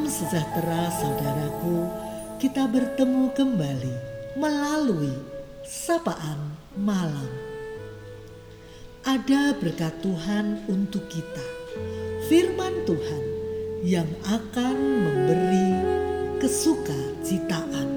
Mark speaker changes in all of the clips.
Speaker 1: Salam sejahtera saudaraku, kita bertemu kembali melalui sapaan malam. Ada berkat Tuhan untuk kita, firman Tuhan yang akan memberi kesukacitaan.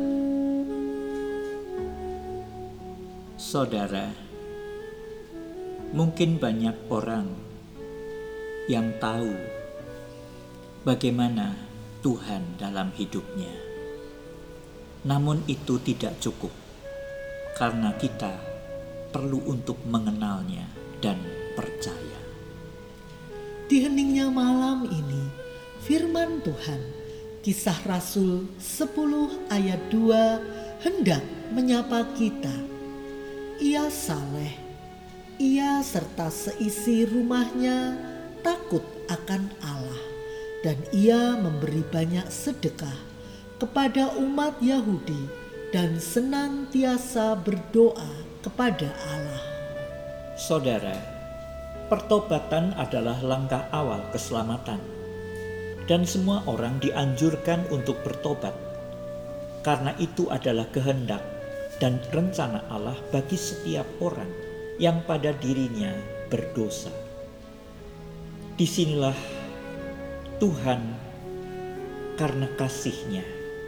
Speaker 2: Saudara, mungkin banyak orang yang tahu bagaimana Tuhan dalam hidupnya. Namun itu tidak cukup, karena kita perlu untuk mengenalnya dan percaya.
Speaker 1: Di heningnya malam ini, firman Tuhan, Kisah Rasul 10 ayat 2 hendak menyapa kita. Ia saleh, ia serta seisi rumahnya takut akan Allah, dan ia memberi banyak sedekah kepada umat Yahudi dan senantiasa berdoa kepada Allah.
Speaker 2: Saudara, pertobatan adalah langkah awal keselamatan, dan semua orang dianjurkan untuk bertobat, karena itu adalah kehendak dan rencana Allah bagi setiap orang yang pada dirinya berdosa. Disinilah Tuhan karena kasih-Nya,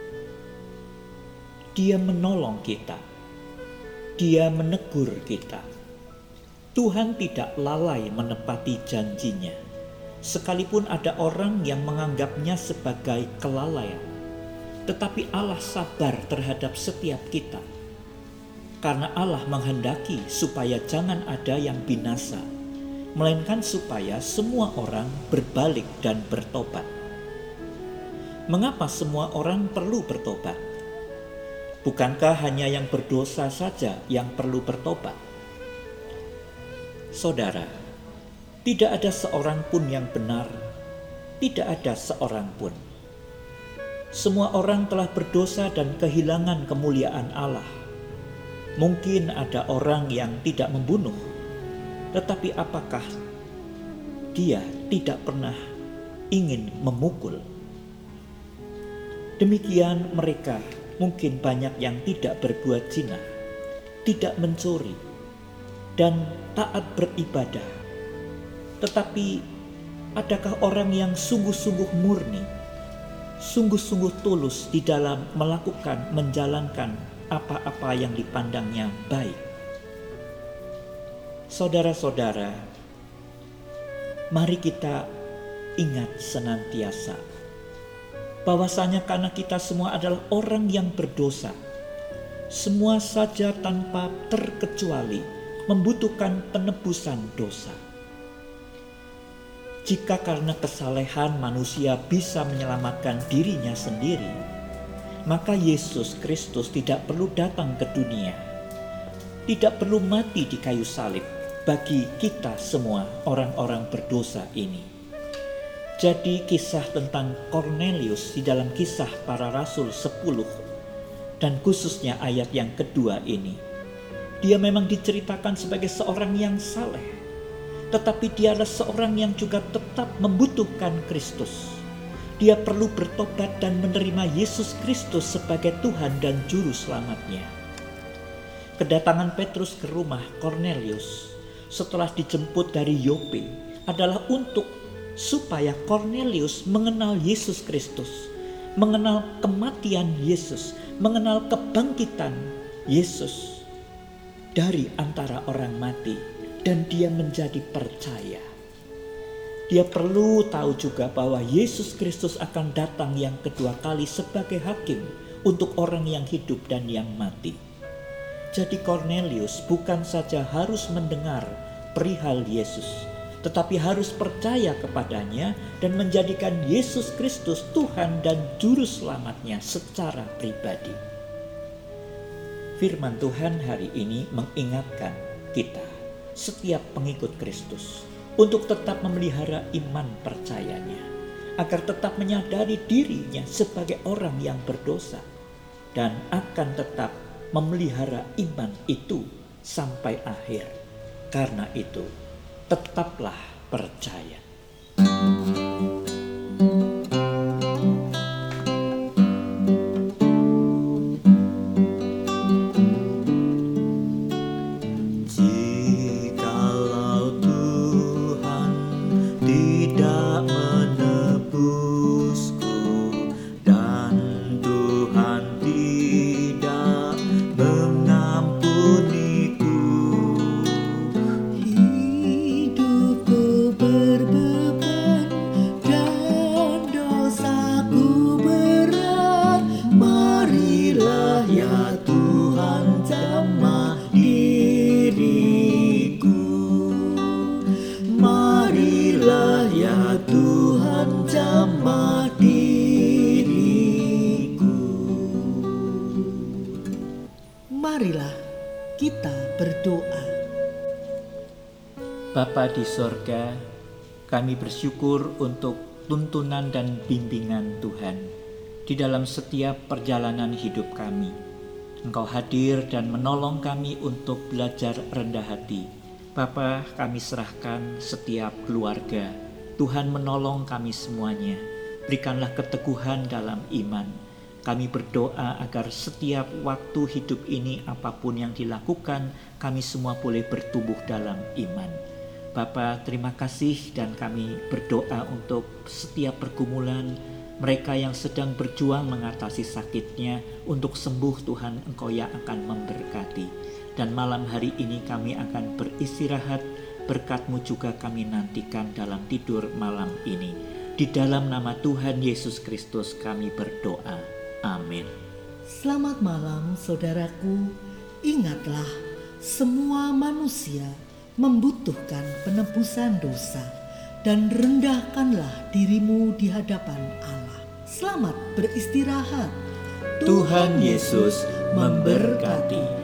Speaker 2: Dia menolong kita, Dia menegur kita. Tuhan tidak lalai menepati janji-Nya, sekalipun ada orang yang menganggapnya sebagai kelalaian. Tetapi Allah sabar terhadap setiap kita, karena Allah menghendaki supaya jangan ada yang binasa, melainkan supaya semua orang berbalik dan bertobat. Mengapa semua orang perlu bertobat? Bukankah hanya yang berdosa saja yang perlu bertobat? Saudara, tidak ada seorang pun yang benar, tidak ada seorang pun. Semua orang telah berdosa dan kehilangan kemuliaan Allah. Mungkin ada orang yang tidak membunuh, tetapi apakah dia tidak pernah ingin memukul? Demikian mereka, mungkin banyak yang tidak berbuat zina, tidak mencuri, dan taat beribadah. Tetapi adakah orang yang sungguh-sungguh murni, sungguh-sungguh tulus di dalam melakukan, menjalankan apa-apa yang dipandangnya baik? Saudara-saudara, mari kita ingat senantiasa bahwasanya karena kita semua adalah orang yang berdosa, semua saja tanpa terkecuali membutuhkan penebusan dosa. Jika karena kesalehan manusia bisa menyelamatkan dirinya sendiri, maka Yesus Kristus tidak perlu datang ke dunia, tidak perlu mati di kayu salib bagi kita semua orang-orang berdosa ini. Jadi kisah tentang Kornelius di dalam Kisah Para Rasul 10 dan khususnya ayat yang kedua ini, dia memang diceritakan sebagai seorang yang saleh, tetapi dia adalah seorang yang juga tetap membutuhkan Kristus. Dia perlu bertobat dan menerima Yesus Kristus sebagai Tuhan dan Juru Selamatnya. Kedatangan Petrus ke rumah Kornelius setelah dijemput dari Yope adalah supaya Kornelius mengenal Yesus Kristus, mengenal kematian Yesus, mengenal kebangkitan Yesus dari antara orang mati, dan dia menjadi percaya. Dia perlu tahu juga bahwa Yesus Kristus akan datang yang kedua kali sebagai hakim untuk orang yang hidup dan yang mati. Jadi Kornelius bukan saja harus mendengar perihal Yesus, tetapi harus percaya kepadanya dan menjadikan Yesus Kristus Tuhan dan Juru Selamatnya secara pribadi. Firman Tuhan hari ini mengingatkan kita, setiap pengikut Kristus, untuk tetap memelihara iman percayanya, agar tetap menyadari dirinya sebagai orang yang berdosa, dan akan tetap memelihara iman itu sampai akhir. Karena itu, tetaplah percaya. Bapa di sorga, kami bersyukur untuk tuntunan dan bimbingan Tuhan di dalam setiap perjalanan hidup kami. Engkau hadir dan menolong kami untuk belajar rendah hati. Bapa, kami serahkan setiap keluarga. Tuhan menolong kami semuanya. Berikanlah keteguhan dalam iman. Kami berdoa agar setiap waktu hidup ini apapun yang dilakukan, kami semua boleh bertumbuh dalam iman. Bapa, terima kasih dan kami berdoa untuk setiap pergumulan mereka yang sedang berjuang mengatasi sakitnya. Untuk sembuh Tuhan, Engkau yang akan memberkati. Dan malam hari ini kami akan beristirahat. Berkat-Mu juga kami nantikan dalam tidur malam ini. Di dalam nama Tuhan Yesus Kristus kami berdoa. Amin.
Speaker 1: Selamat malam saudaraku. Ingatlah, semua manusia membutuhkan penebusan dosa, dan rendahkanlah dirimu di hadapan Allah. Selamat beristirahat.
Speaker 2: Tuhan Yesus memberkati.